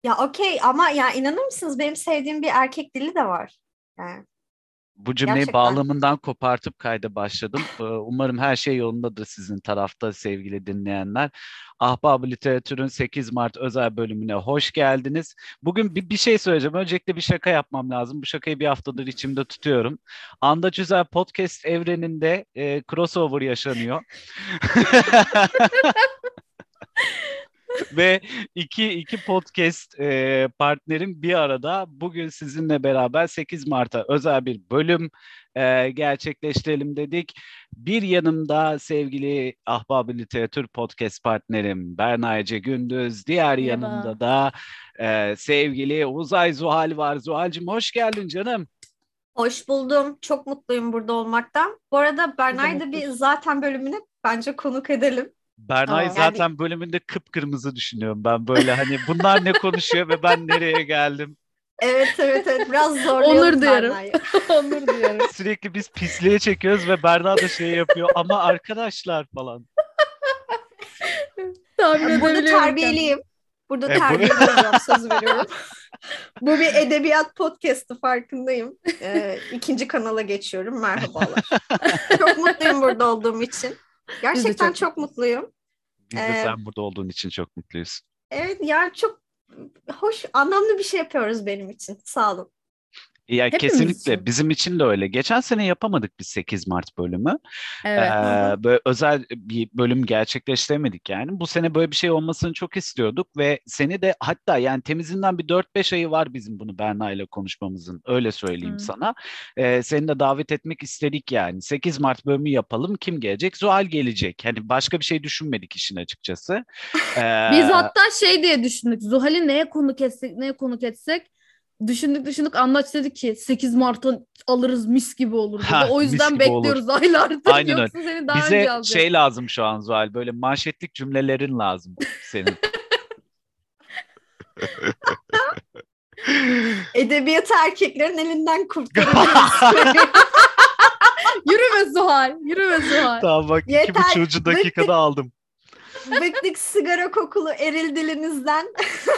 Ya okey ama ya inanır mısınız benim sevdiğim bir erkek dili de var. Yani Bu cümleyi gerçekten. bağlamından kopartıp kayda başladım. Umarım her şey yolundadır sizin tarafta sevgili dinleyenler. Ahbap Literatür'ün 8 Mart özel bölümüne hoş geldiniz. Bugün bir şey söyleyeceğim. Öncelikle bir şaka yapmam lazım. Bu şakayı bir haftadır içimde tutuyorum. Andaç Özel Podcast evreninde crossover yaşanıyor. Ve iki podcast partnerim bir arada bugün sizinle beraber 8 Mart'a özel bir bölüm gerçekleştirelim dedik. Bir yanımda sevgili Ahbap Literatür podcast partnerim Berna Ece Gündüz, diğer yanımda Merhaba. da sevgili Uzay Zuhal var. Zuhal'cığım hoş geldin canım. Hoş buldum. Çok mutluyum burada olmaktan. Bu arada Biz de Berna'yı da bir mutluyuz. zaten bölümüne bence konuk edelim. Berna'yı Aa, Yani zaten bölümünde kıpkırmızı düşünüyorum ben böyle hani bunlar ne konuşuyor ve ben nereye geldim? evet biraz onur zorlayalım duyarım. Berna'yı. Onur duyarım. Sürekli biz pisliğe çekiyoruz ve Berna da şey yapıyor ama arkadaşlar falan. Tahmin Burada edebiliyorum kendimi. terbiyeliyim. Burada Bu terbiyeli olacağım söz veriyorum. Bu bir edebiyat podcast'ı farkındayım. İkinci kanala geçiyorum. Merhabalar. Çok mutluyum burada olduğum için. Biz de Gerçekten çok çok mutluyuz. mutluyum. biz de Ee, sen burada olduğun için çok mutluyuz. evet ya çok hoş, anlamlı bir şey yapıyoruz benim için. Sağ olun. Ya Hepimiz kesinlikle için. bizim için de öyle. Geçen sene yapamadık biz 8 Mart bölümü. Evet. Hı hı. Böyle özel bir bölüm gerçekleştiremedik yani. Bu sene böyle bir şey olmasını çok istiyorduk ve seni de hatta yani temizinden bir 4-5 ayı var bizim bunu Berna ile konuşmamızın. Öyle söyleyeyim Hı. sana. Seni de davet etmek istedik yani. 8 Mart bölümü yapalım. Kim gelecek? Zuhal gelecek. Hani başka bir şey düşünmedik işin açıkçası. Biz Ee, hatta şey diye düşündük. Zuhal'i neye konuk etsek, neye konuk etsek. Düşündük. Anlaç dedi ki 8 Mart'ta alırız mis gibi olur dedi. O mis yüzden gibi olur. bekliyoruz aylardır. Aynen öyle. Yoksa seni daha önce Bize alacak. şey lazım şu an Zuhal. Böyle manşetlik cümlelerin lazım senin. Edebiyatı erkeklerin elinden kurtaracağız. Yürüme Zuhal. Yürüme Zuhal. Tamam bak iki Yeter. buçuğuncu Bıktık, dakikada aldım. bıktık sigara kokulu eril dilinizden.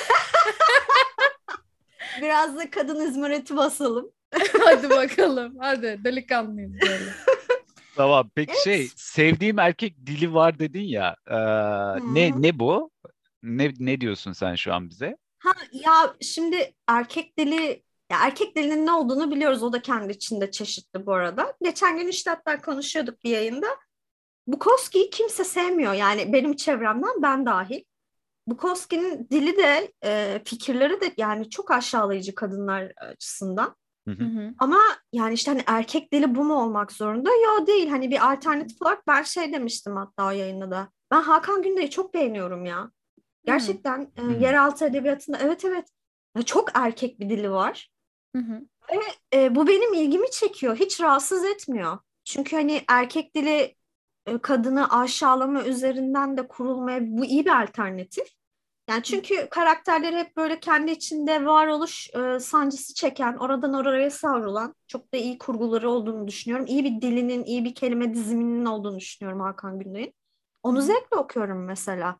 Biraz da kadın izmariti basalım. Hadi bakalım. Hadi delikanlıyız böyle. Tamam. Peki şey Evet. sevdiğim erkek dili var dedin ya. Hı hı. Ne bu? Ne diyorsun sen şu an bize? Ha ya şimdi erkek dili ya erkek dilinin ne olduğunu biliyoruz. O da kendi içinde çeşitli bu arada. Geçen gün işte hatta konuşuyorduk bir yayında. Bukowski'yi kimse sevmiyor. Yani benim çevremden ben dahil. Bukowski'nin dili de fikirleri de yani çok aşağılayıcı kadınlar açısından. Hı Hı hı. hı. Ama yani işte hani erkek dili bu mu olmak zorunda? Yo değil. Hani bir alternatif olarak ben şey demiştim hatta o yayında da. Ben Hakan Günday'ı çok beğeniyorum ya. Hı Gerçekten Hı. yeraltı edebiyatında evet çok erkek bir dili var. hı. Ve bu benim ilgimi çekiyor. Hiç rahatsız etmiyor. Çünkü hani erkek dili kadını aşağılama üzerinden de kurulmaya bu iyi bir alternatif. Yani çünkü karakterleri hep böyle kendi içinde varoluş sancısı çeken, oradan oraya savrulan çok da iyi kurguları olduğunu düşünüyorum. İyi bir dilinin, iyi bir kelime diziminin olduğunu düşünüyorum Hakan Günday'ın. Hı Onu hı. zevkle okuyorum mesela.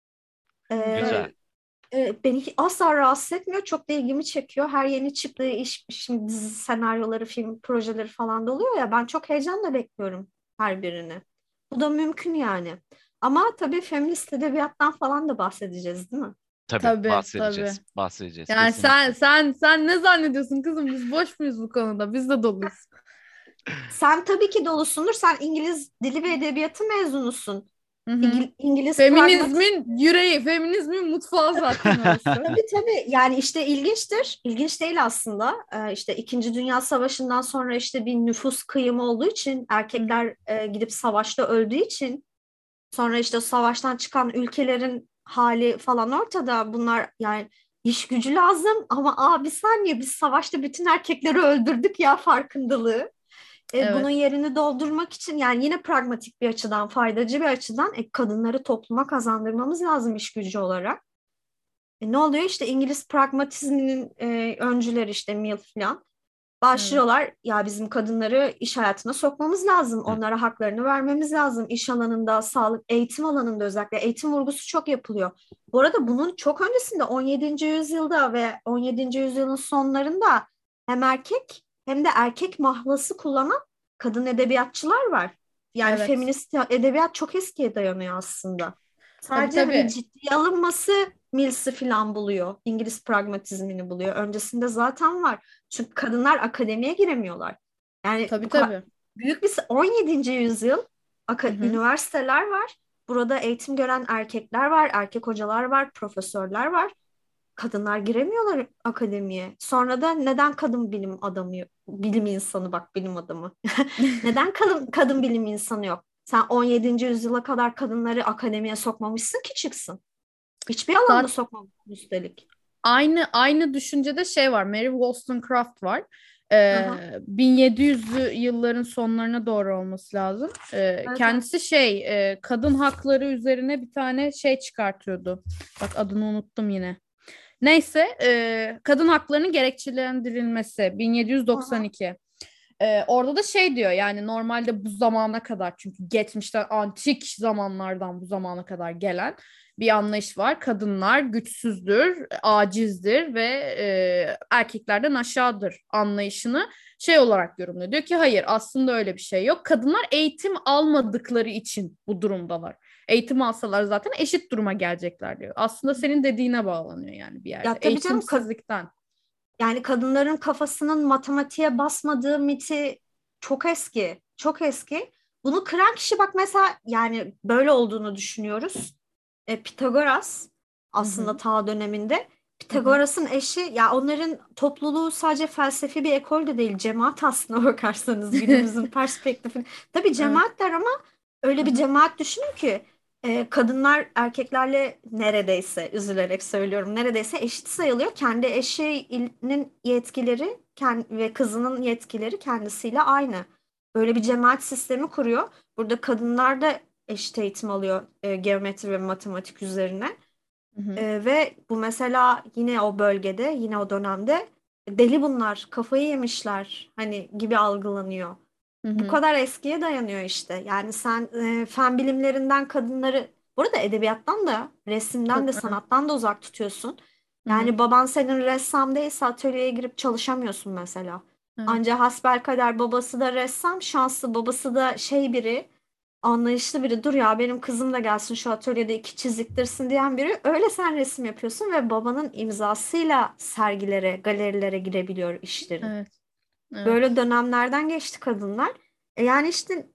Güzel. Güzel. Beni asla rahatsız etmiyor. Çok da ilgimi çekiyor. Her yeni çıktığı iş, şimdi dizi senaryoları, film projeleri falan da oluyor ya. Ben çok heyecanla bekliyorum her birini. Bu da mümkün yani. Ama tabii feminist edebiyattan falan da bahsedeceğiz, değil mi? Tabii Tabii, tabii. bahsedeceğiz. Bahsedeceğiz Yani kesinlikle. sen ne zannediyorsun kızım? Biz boş muyuz bu konuda? Biz de doluyuz. Sen tabii ki dolusundur. Sen İngiliz dili ve edebiyatı mezunusun. Hı hı. İngiliz pragmatizm. Feminizmin yüreği, feminizmin mutfağı zaten orası. Tabii yani işte ilginçtir. İlginç değil aslında. İşte İkinci Dünya Savaşı'ndan sonra işte bir nüfus kıyımı olduğu için Hı hı. erkekler gidip savaşta öldüğü için sonra işte savaştan çıkan ülkelerin hali falan ortada. Bunlar yani iş gücü lazım ama bir saniye biz savaşta bütün erkekleri öldürdük ya farkındalığı. Bunun Evet. yerini doldurmak için yani yine pragmatik bir açıdan, faydacı bir açıdan kadınları topluma kazandırmamız lazım iş gücü olarak. Ne oluyor işte İngiliz pragmatizminin öncüleri işte Mill falan. Başlıyorlar ya bizim kadınları iş hayatına sokmamız lazım. Onlara haklarını vermemiz lazım. İş alanında, sağlık, eğitim alanında özellikle eğitim vurgusu çok yapılıyor. Bu arada bunun çok öncesinde 17. yüzyılda ve 17. yüzyılın sonlarında hem erkek hem de erkek mahlası kullanan kadın edebiyatçılar var. Yani Evet. feminist edebiyat çok eskiye dayanıyor aslında. Tabii Sadece hani tabii. ciddiye alınması Mills'i falan buluyor. İngiliz pragmatizmini buluyor. Öncesinde zaten var. Çünkü kadınlar akademiye giremiyorlar. Yani Tabii tabii. büyük bir 17. yüzyıl Hı hı. üniversiteler var. Burada eğitim gören erkekler var, erkek hocalar var, profesörler var. Kadınlar giremiyorlar akademiye. Sonra da neden kadın bilim adamı, bilim insanı bak bilim adamı. Neden kadın bilim insanı yok? Sen 17. yüzyıla kadar kadınları akademiye sokmamışsın ki çıksın. Hiçbir alanda Zaten sokmamışsın üstelik. aynı düşüncede şey var. Mary Wollstonecraft var. Aha, 1700'lü yılların sonlarına doğru olması lazım. evet, evet. Kendisi kadın hakları üzerine bir tane şey çıkartıyordu. Bak adını unuttum yine. Neyse, kadın haklarının gerekçelendirilmesi Aha. 1792. Orada da şey diyor yani normalde bu zamana kadar çünkü geçmişten antik zamanlardan bu zamana kadar gelen bir anlayış var. Kadınlar güçsüzdür, acizdir ve erkeklerden aşağıdır anlayışını şey olarak yorumluyor. Diyor ki hayır aslında öyle bir şey yok. Kadınlar eğitim almadıkları için bu durumdalar. Eğitim alsalar zaten eşit duruma gelecekler diyor. Aslında senin dediğine bağlanıyor yani bir yerde. Ya tabii canım Eğitimsizlikten. yani kadınların kafasının matematiğe basmadığı miti çok eski, çok eski. Bunu kıran kişi bak mesela yani böyle olduğunu düşünüyoruz. Pitagoras Hı aslında hı, ta döneminde. hı hı. Pitagoras'ın eşi ya onların topluluğu sadece felsefi bir ekol de değil cemaat aslına bakarsanız günümüzün perspektifi. Tabii Evet. cemaatler ama Hı öyle bir hı, cemaat düşünün ki kadınlar erkeklerle neredeyse üzülerek söylüyorum neredeyse eşit sayılıyor. Kendi eşinin yetkileri ve kızının yetkileri kendisiyle aynı. Böyle bir cemaat sistemi kuruyor. Burada kadınlar da eşit eğitim alıyor geometri ve matematik üzerine. hı hı, Ve bu mesela yine o bölgede yine o dönemde deli bunlar kafayı yemişler hani gibi algılanıyor. hı Bu hı. kadar eskiye dayanıyor işte. Yani sen fen bilimlerinden kadınları, bu arada edebiyattan da, resimden de, Evet. sanattan da uzak tutuyorsun. Hı hı. Yani baban senin ressam değilse atölyeye girip çalışamıyorsun mesela. Evet. Anca hasbelkader babası da ressam, şanslı babası da şey biri, anlayışlı biri. Dur ya benim kızım da gelsin şu atölyede iki çiziktirsin diyen biri. Öyle sen resim yapıyorsun ve babanın imzasıyla sergilere, galerilere girebiliyor işlerin. Evet. Böyle Evet. dönemlerden geçti kadınlar. Yani işte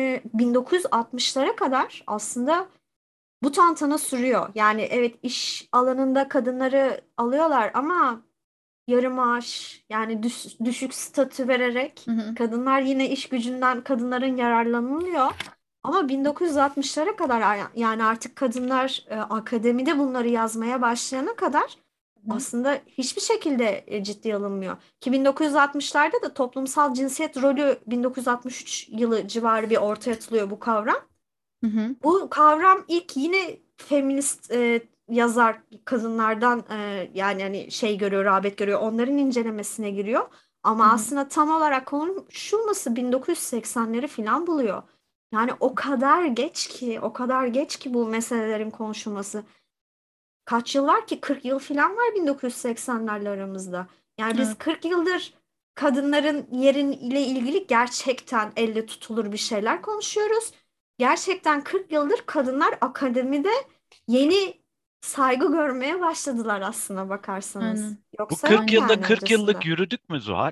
1960'lara kadar aslında bu tantana sürüyor. Yani evet iş alanında kadınları alıyorlar ama yarı maaş yani düşük statü vererek Hı hı. kadınlar yine iş gücünden kadınların yararlanılıyor. Ama 1960'lara kadar yani artık kadınlar akademide bunları yazmaya başlayana kadar Hı hı. aslında hiçbir şekilde ciddiye alınmıyor. Ki 1960'larda da toplumsal cinsiyet rolü 1963 yılı civarı bir ortaya atılıyor bu kavram. Hı hı. Bu kavram ilk yine feminist yazar kadınlardan yani hani şey görüyor, rağbet görüyor. Onların incelemesine giriyor. Hı Ama hı. aslında tam olarak konuşulması 1980'leri falan buluyor. Yani o kadar geç ki, o kadar geç ki bu meselelerin konuşulması. Kaç yıl var ki? 40 yıl falan var 1980'lerle aramızda. Yani biz Evet. 40 yıldır kadınların yerin ile ilgili gerçekten elle tutulur bir şeyler konuşuyoruz. Gerçekten 40 yıldır kadınlar akademide yeni saygı görmeye başladılar aslına bakarsanız. Aynen. Bu Yoksa 40 yok Aynen. yılda yani 40 yıllık öncesinde. yürüdük mü Zuhal?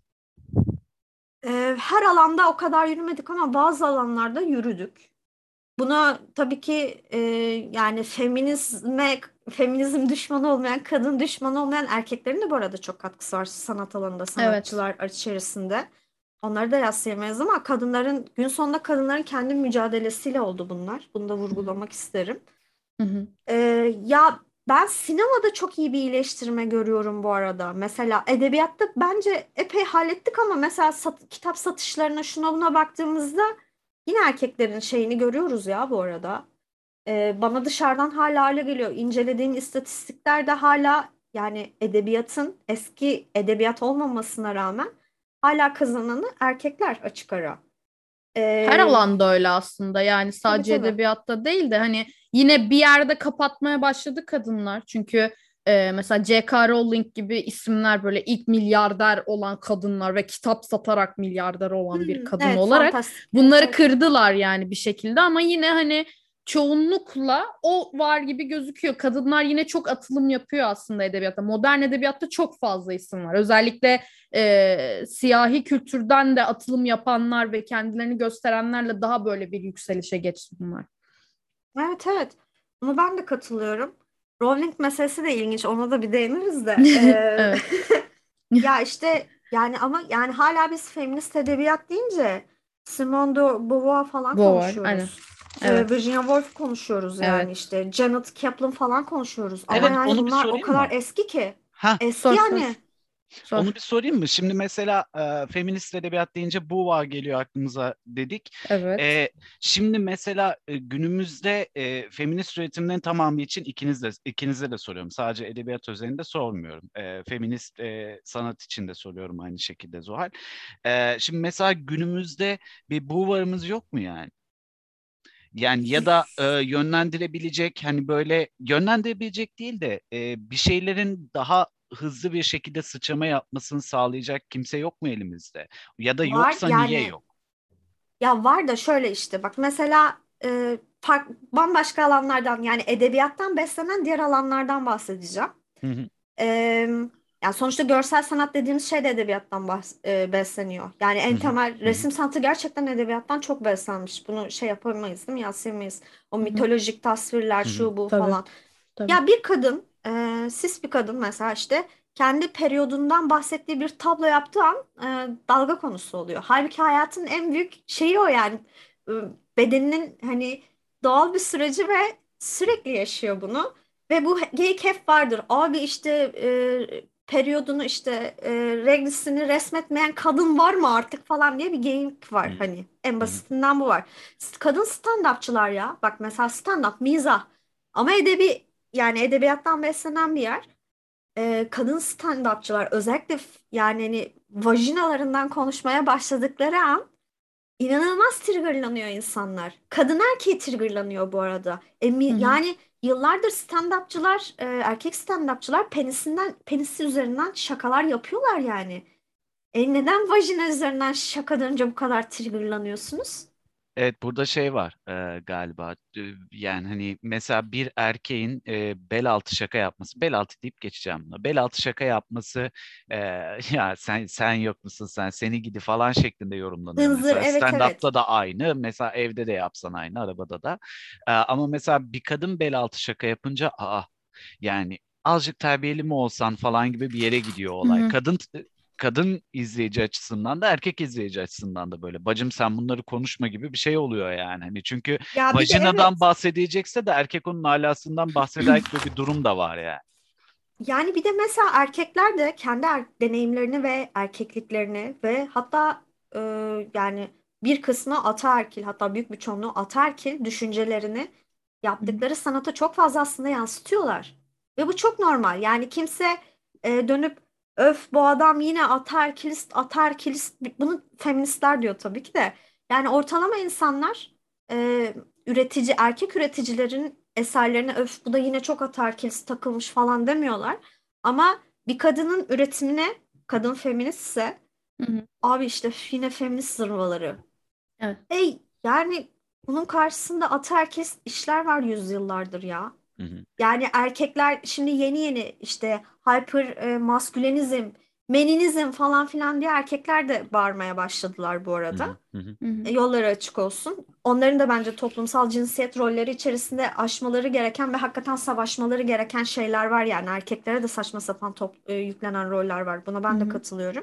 Her alanda o kadar yürümedik ama bazı alanlarda yürüdük. Buna tabii ki yani feminizm düşmanı olmayan, kadın düşmanı olmayan erkeklerin de bu arada çok katkısı var sanat alanında, Evet. sanatçılar içerisinde. Onları da yadsıyamayız ama kadınların gün sonunda kadınların kendi mücadelesiyle oldu bunlar. Bunu da Hı hı. vurgulamak isterim. Hı hı. E, Ya ben sinemada çok iyi bir iyileştirme görüyorum bu arada. Mesela edebiyatta bence epey hallettik ama mesela kitap satışlarına şuna buna baktığımızda yine erkeklerin şeyini görüyoruz ya bu arada. Bana dışarıdan hala öyle geliyor. İncelediğim istatistiklerde hala yani edebiyatın eski edebiyat olmamasına rağmen hala kazananı erkekler açık ara. Her alanda öyle aslında, yani Tabii sadece tabii. edebiyatta değil de hani yine bir yerde kapatmaya başladı kadınlar. Çünkü mesela J.K. Rowling gibi isimler, böyle ilk milyarder olan kadınlar ve kitap satarak milyarder olan bir kadın Evet, olarak fantastik. Evet, bunları evet. kırdılar yani bir şekilde, ama yine hani çoğunlukla o var gibi gözüküyor. Kadınlar yine çok atılım yapıyor aslında edebiyatta. Modern edebiyatta çok fazla isim var. Özellikle siyahi kültürden de atılım yapanlar ve kendilerini gösterenlerle daha böyle bir yükselişe geçti bunlar. Evet, evet. Buna ben de katılıyorum. Rowling meselesi de ilginç. Ona da bir değiniriz de. Evet. Ya işte yani ama yani hala biz feminist edebiyat deyince Simone de Beauvoir falan Bu var. Aynen. konuşuyoruz. Evet. Virginia Woolf konuşuyoruz yani Evet. işte. Janet Kaplan falan konuşuyoruz. Ama Evet, Evet. yani onu bir bunlar o sorayım kadar mı? eski ki. Ha, Eski Sor sor. yani. onu bir Sor. sorayım mı? Şimdi mesela feminist edebiyat deyince Buva geliyor aklımıza dedik. Evet. E, Şimdi mesela günümüzde feminist üretimlerin tamamı için ikinize de soruyorum. Sadece edebiyat özelinde sormuyorum. Feminist sanat için de soruyorum aynı şekilde Zuhal. Şimdi mesela günümüzde bir Buva'mız yok mu yani? Yani ya da yönlendirebilecek, hani böyle yönlendirebilecek değil de bir şeylerin daha hızlı bir şekilde sıçrama yapmasını sağlayacak kimse yok mu elimizde? Ya da Var yoksa niye yani. yok? Ya var da şöyle işte bak mesela bambaşka alanlardan yani edebiyattan beslenen diğer alanlardan bahsedeceğim. Hı hı, Ee, Yani sonuçta görsel sanat dediğimiz şey de edebiyattan besleniyor. Yani hı en hı, temel hı hı, resim sanatı gerçekten edebiyattan çok beslenmiş. Bunu şey yapamayız değil mi? Yadsıyamayız. O Hı hı. mitolojik tasvirler hı hı. şu bu Tabii. falan. Tabii. Ya bir kadın, sis bir kadın mesela işte kendi periyodundan bahsettiği bir tablo yaptığı an dalga konusu oluyor. Halbuki hayatın en büyük şeyi o yani. E, Bedeninin hani doğal bir süreci ve sürekli yaşıyor bunu. Ve bu geyik hep vardır. Abi işte periyodunu işte reglisini resmetmeyen kadın var mı artık falan diye bir geyik Hı var. hı, Hani en hı hı. basitinden bu var. Kadın stand-upçılar ya. Bak mesela stand-up, mizah. Ama yani edebiyattan beslenen bir yer. Kadın stand-upçılar özellikle yani hani vajinalarından konuşmaya başladıkları an inanılmaz triggerlanıyor insanlar. Kadın erkeği triggerlanıyor bu arada. Hı hı. Yani yıllardır stand-upçılar, erkek stand-upçılar penisi üzerinden şakalar yapıyorlar yani. Neden vajina üzerinden şaka dönünce bu kadar triggerlanıyorsunuz? Evet, burada şey var galiba. Yani hani mesela bir erkeğin bel altı şaka yapması, bel altı deyip geçeceğim buna. Bel altı şaka yapması e, ya sen yok musun, seni gidi falan şeklinde yorumlanıyor. Hınzır, Mesela evet evet. stand-up'ta da aynı, mesela evde de yapsan aynı, arabada da. Ama mesela bir kadın bel altı şaka yapınca yani azıcık terbiyeli mi olsan falan gibi bir yere gidiyor Hı olay. hı. Kadın izleyici açısından da erkek izleyici açısından da böyle. Bacım sen bunları konuşma gibi bir şey oluyor yani. Hani çünkü Ya bir de vajinadan evet. bahsedecekse de erkek onun alasından bahseder gibi bir durum da var yani. Yani bir de mesela erkekler de kendi deneyimlerini ve erkekliklerini ve hatta e, yani bir kısmı ataerkil hatta büyük bir çoğunluğu ataerkil düşüncelerini Hı hı. yaptıkları sanata çok fazla aslında yansıtıyorlar. Ve bu çok normal. Yani kimse dönüp öf bu adam yine ataerkilist ataerkilist bunu feministler diyor tabii ki de. Yani ortalama insanlar üretici erkek üreticilerin eserlerine öf bu da yine çok ataerkilist takılmış falan demiyorlar. Ama bir kadının üretimine kadın feministse Hı hı. abi işte yine feminist zırvaları. Evet. Yani bunun karşısında ataerkil işler var yüzyıllardır ya. Hı hı, Yani erkekler şimdi yeni yeni işte hyper maskülenizm, meninizm falan filan diye erkekler de bağırmaya başladılar bu hı arada. hı, hı hı. Hı hı. Yolları açık olsun. Onların da bence toplumsal cinsiyet rolleri içerisinde aşmaları gereken ve hakikaten savaşmaları gereken şeyler var yani erkeklere de saçma sapan yüklenen roller var. Buna Hı ben de hı. katılıyorum.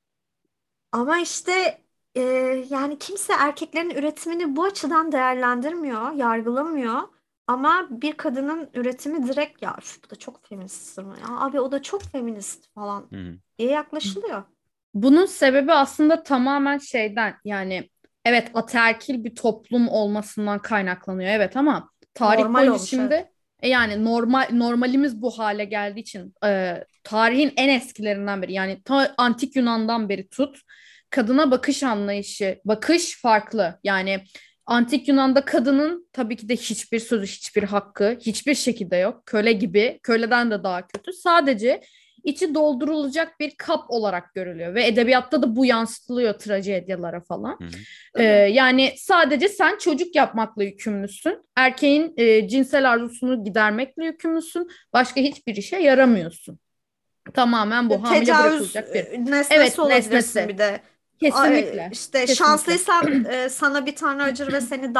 Ama işte e, yani kimse erkeklerin üretimini bu açıdan değerlendirmiyor, yargılamıyor. Ama bir kadının üretimi direkt ya üf, bu da çok feminist ya abi o da çok feminist falan Hı hı. diye yaklaşılıyor. Bunun sebebi aslında tamamen şeyden, yani evet ataerkil bir toplum olmasından kaynaklanıyor, evet, ama tarih Normal boyunca olmuş, evet. şimdi Yani normalimiz bu hale geldiği için tarihin en eskilerinden beri, yani ta antik Yunan'dan beri tut, kadına bakış anlayışı, bakış farklı. Yani antik Yunan'da kadının tabii ki de hiçbir sözü, hiçbir hakkı, hiçbir şekilde yok. Köle gibi, köleden de daha kötü. Sadece içi doldurulacak bir kap olarak görülüyor ve edebiyatta da bu yansıtılıyor trajedyalara falan. Hı hı. Yani sadece sen çocuk yapmakla yükümlüsün. Erkeğin cinsel arzusunu gidermekle yükümlüsün. Başka hiçbir işe yaramıyorsun. Tamamen bu hamile Tecavüz bırakılacak bir. nesnesi Evet, olabilirsin nesnesi. bir de. Kesinlikle. İşte Kesinlikle. şanslıysan sana bir tanrı acır ve seni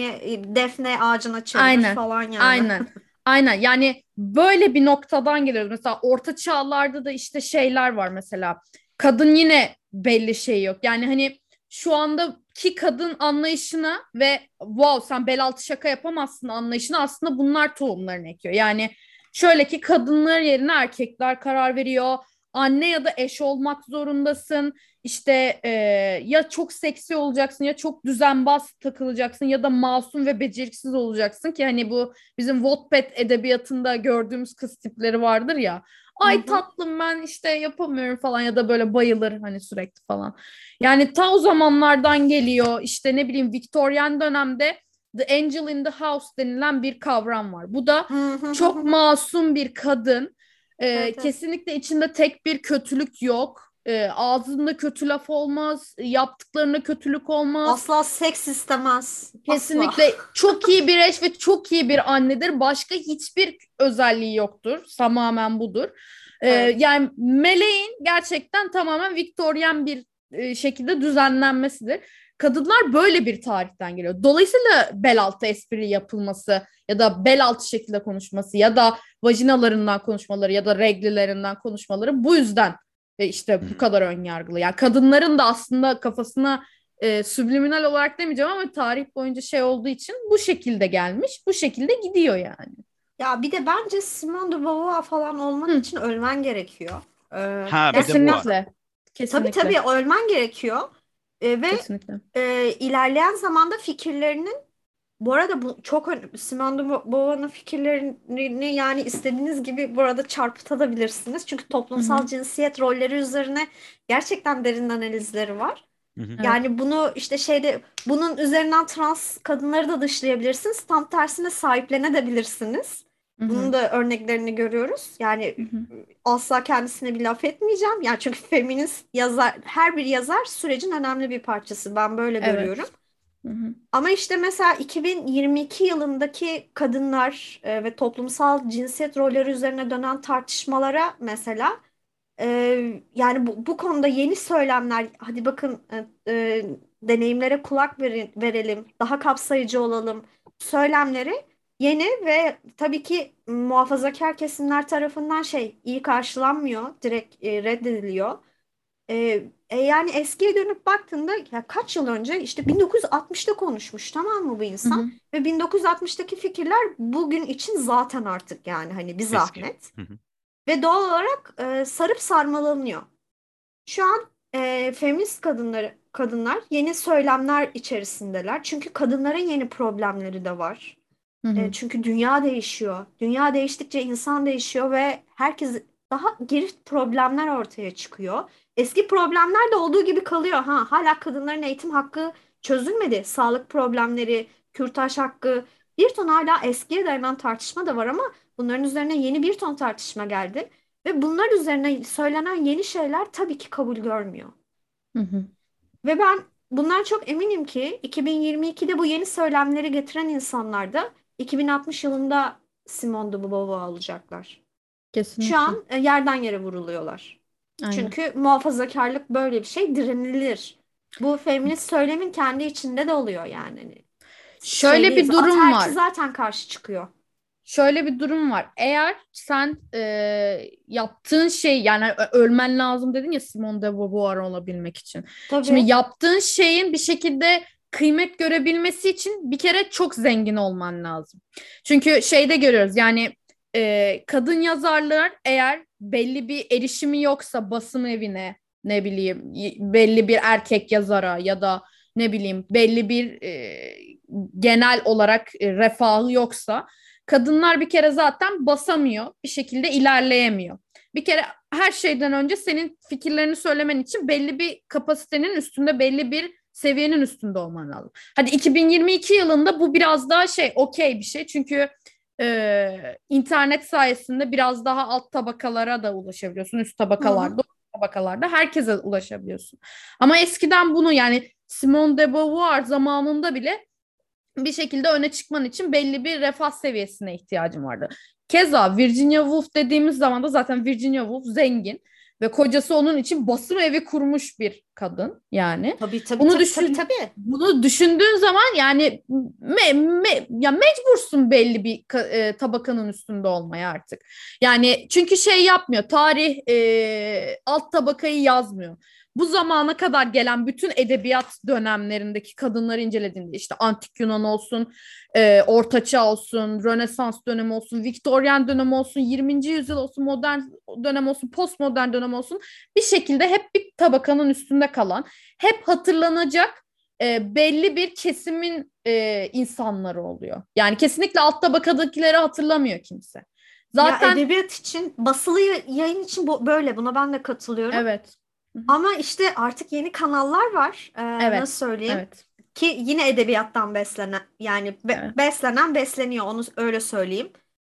Defne ağacına çevirir Aynen. falan yani. Aynen. Aynen. Yani böyle bir noktadan geliyoruz. Mesela orta çağlarda da işte şeyler var mesela. Kadın yine belli şey yok. Yani hani şu andaki kadın anlayışına ve wow sen bel altı şaka yapamazsın anlayışına aslında bunlar tohumlarını ekiyor. Yani şöyle ki kadınlar yerine erkekler karar veriyor. Anne ya da eş olmak zorundasın. İşte ya çok seksi olacaksın ya çok düzenbaz takılacaksın ya da masum ve beceriksiz olacaksın ki hani bu bizim Wattpad edebiyatında gördüğümüz kız tipleri vardır ya. Hı Ay hı. tatlım ben işte yapamıyorum falan ya da böyle bayılır hani sürekli falan. Yani ta o zamanlardan geliyor işte ne bileyim Victorian dönemde The Angel in the House denilen bir kavram var. Bu da Hı hı hı çok hı. masum bir kadın. Evet, evet. Kesinlikle içinde tek bir kötülük yok. Ağzında kötü laf olmaz, yaptıklarında kötülük olmaz. Asla seks istemez. Asla. Kesinlikle çok iyi bir eş ve çok iyi bir annedir. Başka hiçbir özelliği yoktur. Tamamen budur. Evet. Yani meleğin gerçekten tamamen Victorian bir şekilde düzenlenmesidir. Kadınlar böyle bir tarihten geliyor. Dolayısıyla bel altı espri yapılması ya da bel altı şekilde konuşması ya da vajinalarından konuşmaları ya da reglilerinden konuşmaları bu yüzden işte Hı bu hı. kadar ön yargılı. Yani kadınların da aslında kafasına subliminal olarak demeyeceğim ama tarih boyunca şey olduğu için bu şekilde gelmiş, bu şekilde gidiyor yani. Ya bir de bence Simone de Beauvoir falan olman Hı, için ölmen gerekiyor. Ha, bir de bu var. Gerçekten. kesinlikle. Tabii Kesinlikle. ölmen gerekiyor. Ve Kesinlikle. ilerleyen zamanda fikirlerinin bu arada bu çok Simone de Beauvoir'ın fikirlerini yani istediğiniz gibi burada çarpıtabilirsiniz. Çünkü Hı hı. toplumsal cinsiyet rolleri üzerine gerçekten derin analizleri var. Hı hı. Evet. Yani bunu işte bunun üzerinden trans kadınları da dışlayabilirsiniz. Tam tersine sahiplenebilirsiniz. Hı hı. Bunun da örneklerini görüyoruz. Hı Yani hı. asla kendisine bir laf etmeyeceğim. Yani çünkü feminist yazar, her bir yazar sürecin önemli bir parçası. Ben böyle görüyorum. Evet. Hı hı. Ama işte mesela 2022 yılındaki kadınlar ve toplumsal cinsiyet rolleri üzerine dönen tartışmalara mesela yani bu konuda yeni söylemler, hadi bakın deneyimlere kulak verelim, daha kapsayıcı olalım söylemleri yeni ve tabii ki muhafazakar kesimler tarafından iyi karşılanmıyor, direkt reddediliyor. Yani eskiye dönüp baktığında ya kaç yıl önce işte 1960'ta konuşmuş, tamam mı bu Hı insan? hı. Ve 1960'taki fikirler bugün için zaten artık yani hani bir Eski. zahmet. Hı hı. Ve doğal olarak sarıp sarmalanıyor. Şu an feminist kadınlar yeni söylemler içerisindeler. Çünkü kadınların yeni problemleri de var. Hı hı. Çünkü dünya değişiyor. Dünya değiştikçe insan değişiyor ve herkes daha geri problemler ortaya çıkıyor. Eski problemler de olduğu gibi kalıyor. Hala kadınların eğitim hakkı çözülmedi. Sağlık problemleri, kürtaj hakkı, bir ton hala eskiye dayanan tartışma da var ama bunların üzerine yeni bir ton tartışma geldi. Ve bunlar üzerine söylenen yeni şeyler tabii ki kabul görmüyor. Hı hı. Ve ben bundan çok eminim ki 2022'de bu yeni söylemleri getiren insanlar da 2060 yılında Simone de Beauvoir olacaklar. Şu Kesinlikle. an yerden yere vuruluyorlar. Aynen. Çünkü muhafazakarlık böyle bir şey, direnilir. Bu feminist söylemin kendi içinde de oluyor yani. Hani Şöyle değil. bir durum Ataerkil var. zaten karşı çıkıyor. Şöyle bir durum var. Eğer sen yaptığın şey yani ölmen lazım dedin ya Simone de Beauvoir olabilmek için. Şimdi Tabii. yaptığın şeyin bir şekilde kıymet görebilmesi için bir kere çok zengin olman lazım. Çünkü şeyde görüyoruz yani kadın yazarlar eğer belli bir erişimi yoksa basım evine ne bileyim belli bir erkek yazara ya da ne bileyim belli bir genel olarak refahı yoksa Kadınlar bir kere zaten basamıyor, bir şekilde ilerleyemiyor. Bir kere her şeyden önce senin fikirlerini söylemen için belli bir kapasitenin üstünde, belli bir seviyenin üstünde olman lazım. Hadi 2022 yılında bu biraz daha okey bir şey. Çünkü internet sayesinde biraz daha alt tabakalara da ulaşabiliyorsun. Üst tabakalarda, tabakalarda herkese ulaşabiliyorsun. Ama eskiden bunu, yani Simone de Beauvoir zamanında bile bir şekilde öne çıkman için belli bir refah seviyesine ihtiyacın vardı. Keza Virginia Woolf dediğimiz zaman da zaten Virginia Woolf zengin ve kocası onun için basım evi kurmuş bir kadın yani. Tabii. Bunu düşündüğün zaman yani ya mecbursun belli bir tabakanın üstünde olmaya artık. Yani çünkü yapmıyor. Tarih alt tabakayı yazmıyor. Bu zamana kadar gelen bütün edebiyat dönemlerindeki kadınları incelediğinde işte Antik Yunan olsun, Orta Çağ olsun, Rönesans dönemi olsun, Viktoryen dönemi olsun, 20. yüzyıl olsun, modern dönem olsun, postmodern dönem olsun, bir şekilde hep bir tabakanın üstünde kalan, hep hatırlanacak belli bir kesimin insanları oluyor. Yani kesinlikle alt tabakadakileri hatırlamıyor kimse. Zaten... Ya edebiyat için, basılı yayın için böyle. Buna ben de katılıyorum. Evet. Ama işte artık yeni kanallar var. Evet. Nasıl söyleyeyim? Evet. Ki yine edebiyattan beslenen, yani beslenen besleniyor, onu öyle söyleyeyim.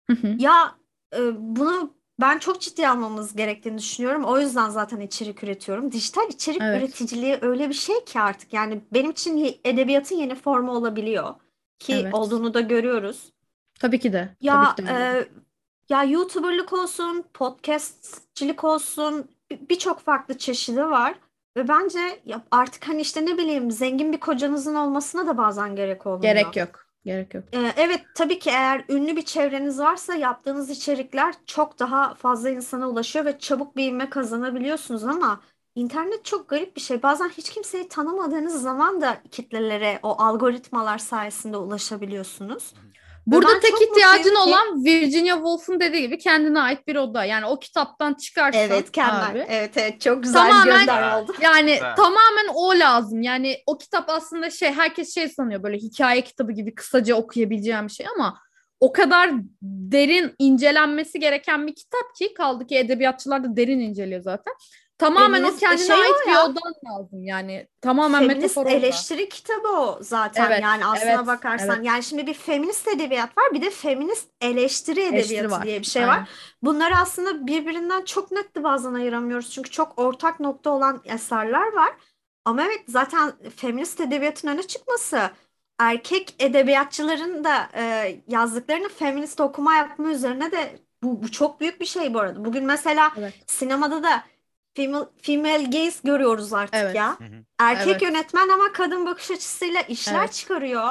Ya bunu ben çok ciddiye almamız gerektiğini düşünüyorum. O yüzden zaten içerik üretiyorum. Dijital içerik üreticiliği öyle bir şey ki artık. Yani benim için edebiyatın yeni formu olabiliyor. Ki olduğunu da görüyoruz. Tabii ki de. Ya Tabii ki de. ya YouTuber'lık olsun, podcastçilik olsun, birçok farklı çeşidi var. Ve bence artık hani işte ne bileyim, zengin bir kocanızın olmasına da bazen gerek olmuyor. Gerek yok. Gerek yok. Evet, tabii ki eğer ünlü bir çevreniz varsa yaptığınız içerikler çok daha fazla insana ulaşıyor ve çabuk bir ivme kazanabiliyorsunuz, ama internet çok garip bir şey. Bazen hiç kimseyi tanımadığınız zaman da kitlelere o algoritmalar sayesinde ulaşabiliyorsunuz. Burada tek ihtiyacın olan Virginia Woolf'un dediği gibi kendine ait bir oda. Yani o kitaptan çıkarsan abi. Evet, çok güzel bir gönderme oldu. Yani tamamen o lazım. Yani o kitap aslında herkes sanıyor, böyle hikaye kitabı gibi kısaca okuyabileceğim bir şey, ama o kadar derin incelenmesi gereken bir kitap ki, kaldı ki edebiyatçılar da derin inceliyor zaten. Tamamen o kendine ait bir odan lazım. Yani tamamen feminist metafor eleştiri kitabı o zaten. Yani aslına bakarsan. Yani şimdi bir feminist edebiyat var, bir de feminist eleştiri edebiyatı diye bir şey var. Bunları aslında birbirinden çok net bazen ayıramıyoruz. Çünkü çok ortak nokta olan eserler var. Ama evet, zaten feminist edebiyatın öne çıkması, erkek edebiyatçıların da yazdıklarını feminist okuma yapma üzerine de bu çok büyük bir şey bu arada. Bugün mesela sinemada da female gaze görüyoruz artık ya. Erkek yönetmen ama kadın bakış açısıyla işler çıkarıyor.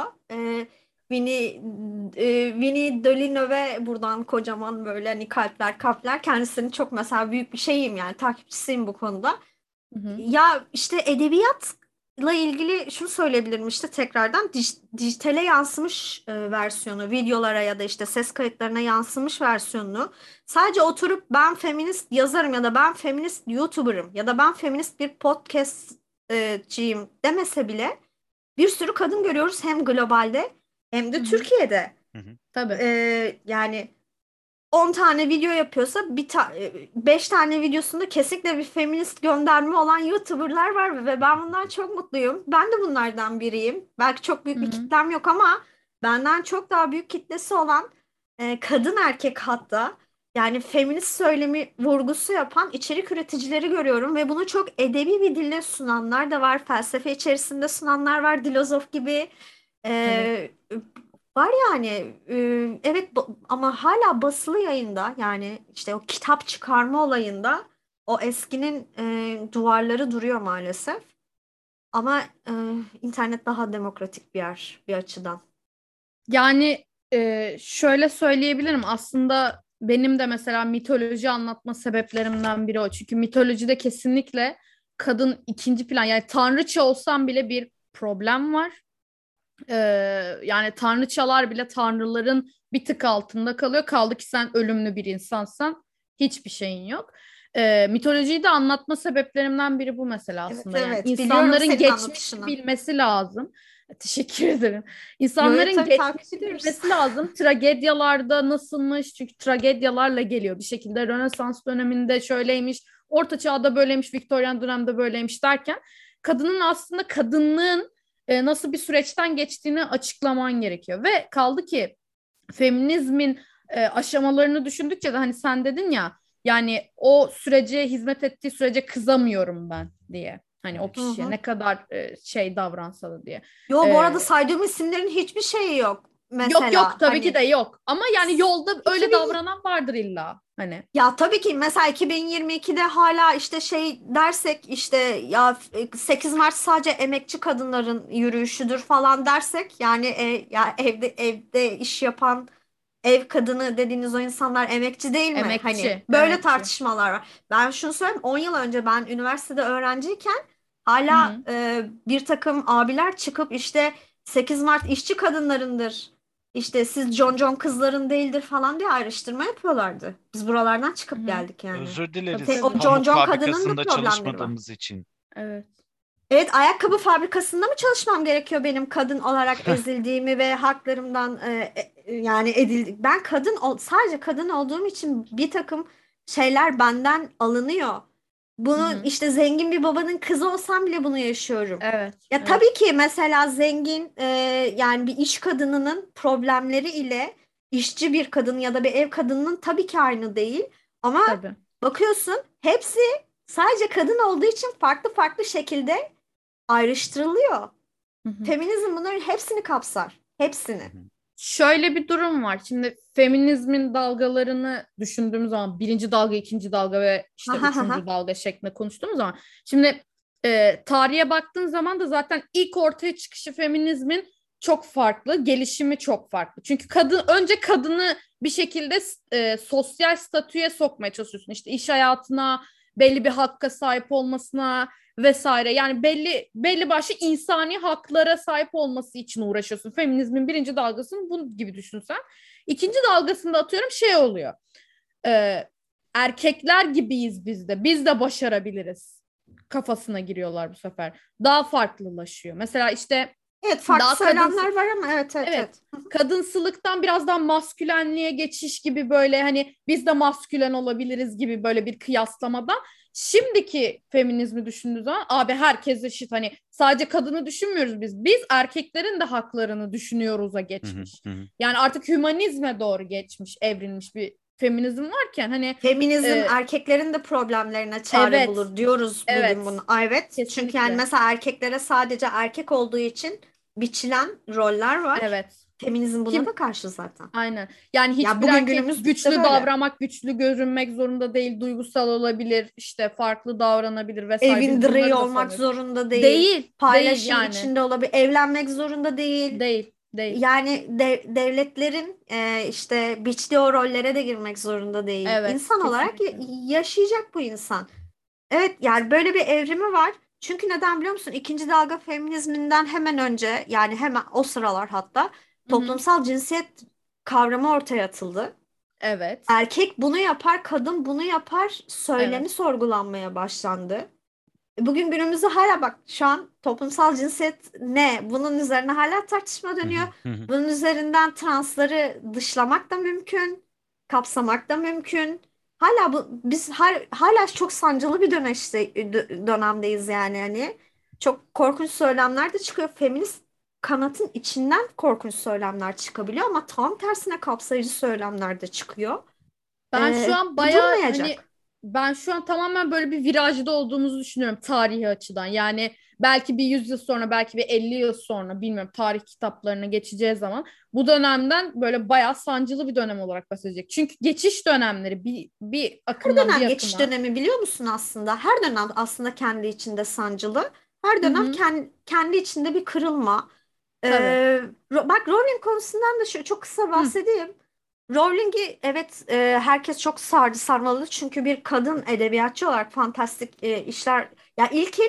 Winnie Delisle buradan kocaman böyle hani kalpler, kendisini çok mesela büyük bir şeyim, yani takipçisiyim bu konuda. Ya işte edebiyatla ilgili şunu söyleyebilirim, işte tekrardan dijitale yansımış versiyonu, videolara ya da işte ses kayıtlarına yansımış versiyonunu sadece oturup ben feminist yazarım ya da ben feminist YouTuber'ım ya da ben feminist bir podcastçıyım demese bile bir sürü kadın görüyoruz, hem globalde hem de Türkiye'de. Tabii. Yani 10 tane video yapıyorsa 5 tane videosunda kesinlikle bir feminist gönderme olan YouTuber'lar var ve ben bundan çok mutluyum. Ben de bunlardan biriyim. Belki çok büyük bir kitlem yok ama benden çok daha büyük kitlesi olan kadın erkek, hatta yani feminist söylemi vurgusu yapan içerik üreticileri görüyorum ve bunu çok edebi bir dille sunanlar da var. Felsefe içerisinde sunanlar var. Dilozof gibi. Var yani, evet, ama hala basılı yayında, yani işte o kitap çıkarma olayında o eskinin duvarları duruyor maalesef. Ama internet daha demokratik bir yer bir açıdan. Yani şöyle söyleyebilirim, aslında benim de mesela mitoloji anlatma sebeplerimden biri o. Çünkü mitolojide kesinlikle kadın ikinci plan, yani tanrıça olsam bile bir problem var. Yani tanrıçalar bile tanrıların bir tık altında kalıyor. Kaldı ki sen ölümlü bir insansan hiçbir şeyin yok. Mitolojiyi de anlatma sebeplerimden biri bu mesela aslında. Yani insanların geçmiş bilmesi lazım. Teşekkür ederim. Yo, İnsanların tabii takip geçmişini ediyoruz. bilmesi lazım. Tragedyalarda nasılmış? Çünkü tragedyalarla geliyor bir şekilde. Rönesans döneminde şöyleymiş, Orta Çağ'da böyleymiş, Viktoryan dönemde böyleymiş derken kadının aslında kadınlığın nasıl bir süreçten geçtiğini açıklaman gerekiyor. Ve kaldı ki feminizmin aşamalarını düşündükçe de hani sen dedin ya yani o sürece hizmet ettiği sürece kızamıyorum ben diye. Hani o Hı kişiye hı. ne kadar şey davransa da diye. Yo, bu arada E, saydığım isimlerin hiçbir şeyi yok. yok Mesela tabii ki hani de yok. Ama yani yolda öyle 2000 davranan vardır illa. Hani. ya tabii ki mesela 2022'de hala işte şey dersek işte ya 8 Mart sadece emekçi kadınların yürüyüşüdür falan dersek yani ya evde iş yapan ev kadını dediğiniz o insanlar emekçi değil mi? Hani Emekçi, böyle emekçi. tartışmalar var. Ben şunu söyleyeyim, 10 yıl önce ben üniversitede öğrenciyken Hı hala hı. bir takım abiler çıkıp işte 8 Mart işçi kadınlarındır. İşte siz John kızların değildir falan diye ayrıştırma yapıyorlardı. Biz buralardan Hı çıkıp hı. geldik yani. Özür Tabii dileriz. O tabii. John Pamuk kadının da fabrikasında problemleri var. çalışmadığımız için. Evet. Evet, ayakkabı fabrikasında mı çalışmam gerekiyor benim kadın olarak ezildiğimi ve haklarımdan yani ben sadece kadın olduğum için bir takım şeyler benden alınıyor. Hı Bunu hı. işte zengin bir babanın kızı olsam bile bunu yaşıyorum. Evet, Ya evet. tabii ki mesela zengin yani bir iş kadınının problemleri ile işçi bir kadın ya da bir ev kadınının tabii ki aynı değil. Ama Tabii. bakıyorsun hepsi sadece kadın olduğu için farklı farklı şekilde ayrıştırılıyor. Hı hı. Feminizm bunların hepsini kapsar. Hepsini. Şöyle bir durum var. Şimdi feminizmin dalgalarını düşündüğümüz zaman birinci dalga, ikinci dalga ve Ha işte ha ha. üçüncü dalga şeklinde konuştuğumuz zaman şimdi tarihe baktığın zaman da zaten ilk ortaya çıkışı feminizmin çok farklı, gelişimi çok farklı. Çünkü önce kadını bir şekilde sosyal statüye sokmaya çalışıyorsun. İşte iş hayatına, belli bir hakka sahip olmasına vesaire. Yani belli başlı insani haklara sahip olması için uğraşıyorsun. Feminizmin birinci dalgasını bunun gibi düşünsen. İkinci dalgasında atıyorum şey oluyor. Ee, erkekler gibiyiz biz de. Biz de başarabiliriz. Kafasına giriyorlar bu sefer. Daha farklılaşıyor. Mesela işte Evet, farklı daha kadın söylemler var ama evet evet evet evet. kadınsılıktan biraz daha maskülenliğe geçiş gibi böyle hani biz de maskülen olabiliriz gibi böyle bir kıyaslamadan şimdiki feminizmi düşündüğü zaman abi herkes eşit hani sadece kadını düşünmüyoruz biz. Biz erkeklerin de haklarını düşünüyoruz'a Hı hı, geçmiş. hı hı. Yani artık hümanizme doğru geçmiş, evrilmiş bir feminizm varken hani Feminizm e, erkeklerin de problemlerine çare evet, bulur diyoruz bugün evet, bunu. Aa, evet. Çünkü yani kesinlikle. mesela erkeklere sadece erkek olduğu için biçilen roller var. Evet. Feminizm buna da Kim karşı zaten. Aynen. Yani Ya hiçbir bugün erkek günümüzde güçlü böyle. davranmak, güçlü görünmek zorunda değil, duygusal olabilir, işte farklı davranabilir vesaire. Evin Biz direği bunları da olmak savunuyoruz. zorunda değil. Değil, değil Paylaşım yani. içinde olabilir. Evlenmek zorunda değil. Değil, değil. Yani devletlerin işte biçtiği o rollere de girmek zorunda değil. Evet, İnsan olarak kesinlikle. yaşayacak bu insan. Evet, yani böyle bir evrimi var. Çünkü neden biliyor musun? İkinci dalga feminizminden hemen önce yani hemen o sıralar hatta Hı hı. toplumsal cinsiyet kavramı ortaya atıldı. Evet, Erkek bunu yapar, kadın bunu yapar söylemi evet. sorgulanmaya başlandı. Bugün günümüzde hala bak şu an toplumsal cinsiyet ne? Bunun üzerine hala tartışma Hı dönüyor. hı, hı hı. Bunun üzerinden transları dışlamak da mümkün, kapsamak da mümkün. Biz hala çok sancılı bir dönemdeyiz yani hani. Çok korkunç söylemler de çıkıyor. Feminist kanatın içinden korkunç söylemler çıkabiliyor ama tam tersine kapsayıcı söylemler de çıkıyor. Ben şu an Bu bayağı hani durmayacak. ben şu an tamamen böyle bir virajda olduğumuzu düşünüyorum tarihi açıdan. Yani belki bir 100 yıl sonra, belki bir 50 yıl sonra bilmiyorum tarih kitaplarına geçeceği zaman bu dönemden böyle bayağı sancılı bir dönem olarak bahsedecek. Çünkü geçiş dönemleri bir akımdan bir Dönem geçiş akıma. dönemi biliyor musun aslında? Her dönem aslında kendi içinde sancılı. Her Hı dönem hı, kendi içinde bir kırılma. tabii. Bak Rowling konusundan da çok kısa Hı, bahsedeyim. Rowling'i evet herkes çok sarmaladı çünkü bir kadın edebiyatçı olarak fantastik işler. Ya ilkin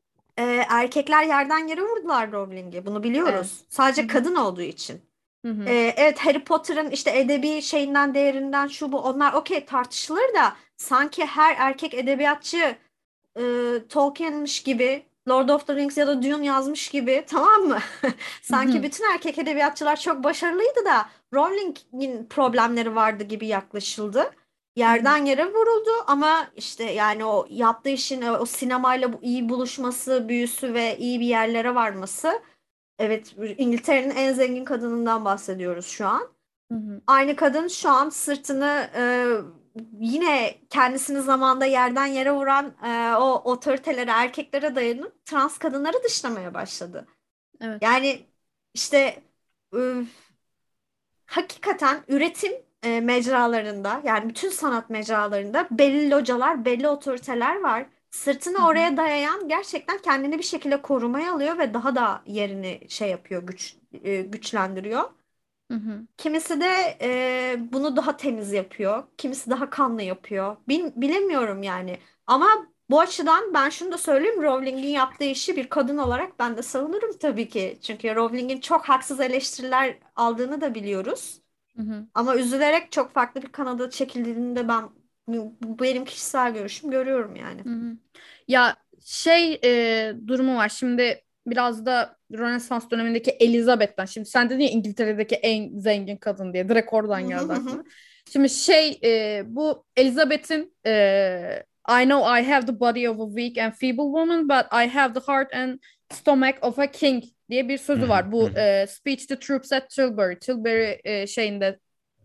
erkekler yerden yere vurdular Rowling'i. Bunu evet. biliyoruz. Hı Sadece hı, kadın olduğu için. hı hı. Evet, Harry Potter'ın işte edebi şeyinden değerinden şu bu onlar okey tartışılır da sanki her erkek edebiyatçı Tolkien'miş gibi Lord of the Rings ya da Dune yazmış gibi, tamam mı? Sanki Hı bütün erkek edebiyatçılar çok başarılıydı da Rowling'in problemleri vardı gibi yaklaşıldı. hı. Yerden yere vuruldu ama işte yani o yaptığı işin o sinemayla bu iyi buluşması, büyüsü ve iyi bir yerlere varması. Evet, İngiltere'nin en zengin kadınından bahsediyoruz şu an. Hı hı. Aynı kadın şu an sırtını yine kendisini zamanda yerden yere vuran o otoritelere, erkeklere dayanıp trans kadınları dışlamaya başladı. Evet. Yani işte e, hakikaten üretim mecralarında, yani bütün sanat mecralarında belli localar, belli otoriteler var. Hı Sırtını hı. oraya dayayan gerçekten kendini bir şekilde korumaya alıyor ve daha da yerini şey yapıyor, güçlendiriyor. Hı hı. Kimisi de bunu daha temiz yapıyor. Kimisi daha kanlı yapıyor. Bilemiyorum yani. Ama bu açıdan ben şunu da söyleyeyim. Rowling'in yaptığı işi bir kadın olarak ben de savunurum tabii ki. Çünkü Rowling'in çok haksız eleştiriler aldığını da biliyoruz. Hı hı. Ama üzülerek çok farklı bir kanada çekildiğini de bu benim kişisel görüşüm, görüyorum yani. Hı hı. Ya durumu var. Şimdi biraz da Rönesans dönemindeki Elizabeth'ten. Şimdi sen dedin ya İngiltere'deki en zengin kadın diye. Direkt oradan geldi aklıma. Şimdi bu Elizabeth'in I know I have the body of a weak and feeble woman, but I have the heart and stomach of a king diye bir Hı sözü hı, var. hı Bu hı. Speech to Troops at Tilbury. Tilbury şeyinde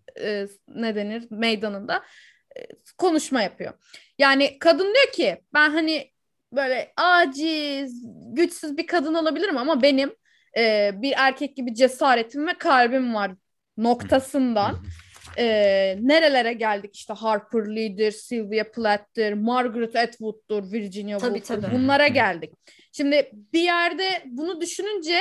ne denir meydanında konuşma yapıyor. Yani kadın diyor ki ben hani böyle aciz, güçsüz bir kadın olabilirim ama benim bir erkek gibi cesaretim ve kalbim var Hı hı, hı noktasından hı. nerelere geldik işte Harper Lee'dir, Sylvia Plath'tir, Margaret Atwood'dur, Virginia Tabii Woolf'tur tabii. Hı hı, bunlara hı hı. geldik. Şimdi bir yerde bunu düşününce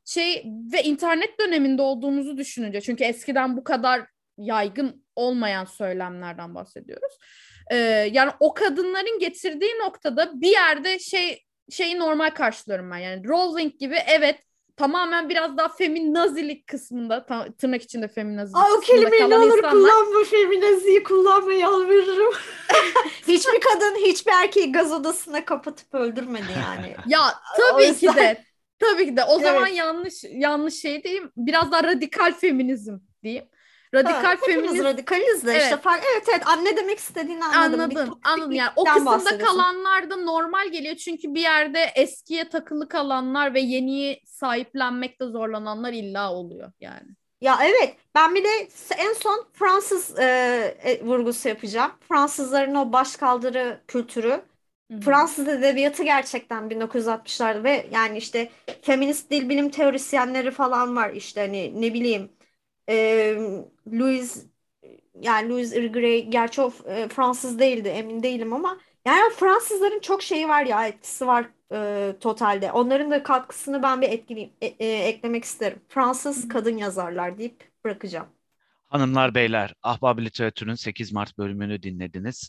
ve internet döneminde olduğumuzu düşününce çünkü eskiden bu kadar yaygın olmayan söylemlerden bahsediyoruz. Yani o kadınların getirdiği noktada bir yerde şeyi normal karşılıyorum ben. Yani Rowling gibi evet tamamen biraz daha feminazilik kısmında tırnak içinde feminazilik Ay, o kısmında kelimeyi ne kalan olur insanlar kullanma, feminaziyi kullanma, yalvarırım. Hiçbir kadın hiçbir erkeği gaz odasına kapatıp öldürmedi yani. ya O yüzden tabii ki de o zaman evet. yanlış şey diyeyim biraz daha radikal feminizm diyeyim. Ha, Radikal hepimiz feminizm radikaliz de işte evet. fark. Evet evet, ne demek istediğini anladım. Bir Anladın. Yani o toksiklikten kısımda bahsediyorsun. kalanlar da normal geliyor. Çünkü bir yerde eskiye takılı kalanlar ve yeniyi sahiplenmekte zorlananlar illa oluyor yani. Ya evet, ben bir de en son Fransız vurgusu yapacağım. Fransızların o başkaldırı kültürü. Hı hı. Fransız edebiyatı gerçekten 1960'larda ve yani işte feminist dil bilim teorisyenleri falan var, işte hani ne bileyim e, Louise yani Louise Irigaray, gerçi o Fransız değildi, emin değilim ama yani o Fransızların çok şeyi var ya, etkisi var totalde. Onların da katkısını ben bir eklemek isterim. Hı Fransız hı. kadın yazarlar deyip bırakacağım. Hanımlar beyler, Ahbap Literatür'ün 8 Mart bölümünü dinlediniz.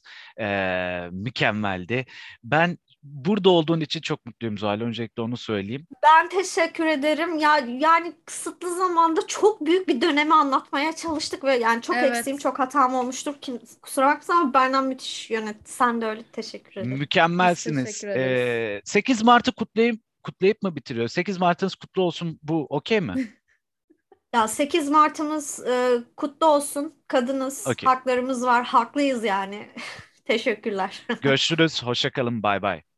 Mükemmeldi. Ben burada olduğun için çok mutluyum Zuhal. Öncelikle onu söyleyeyim. Ben teşekkür ederim. Ya yani kısıtlı zamanda çok büyük bir dönemi anlatmaya çalıştık ve yani çok eksiğim, Evet. çok hatam olmuştur ki kusura bakma ama Berna müthiş yönetti. Sen de öyle, teşekkür ederim. Biz Mükemmelsiniz. teşekkür ederiz. 8 Mart'ı kutlayıp mı bitiriyor? 8 Mart'ınız kutlu olsun. Bu okey mi? Ya 8 Mart'ımız kutlu olsun. Kadınız, Okey. haklarımız var, haklıyız yani. Teşekkürler. Görüşürüz. Hoşça kalın. Bay bay.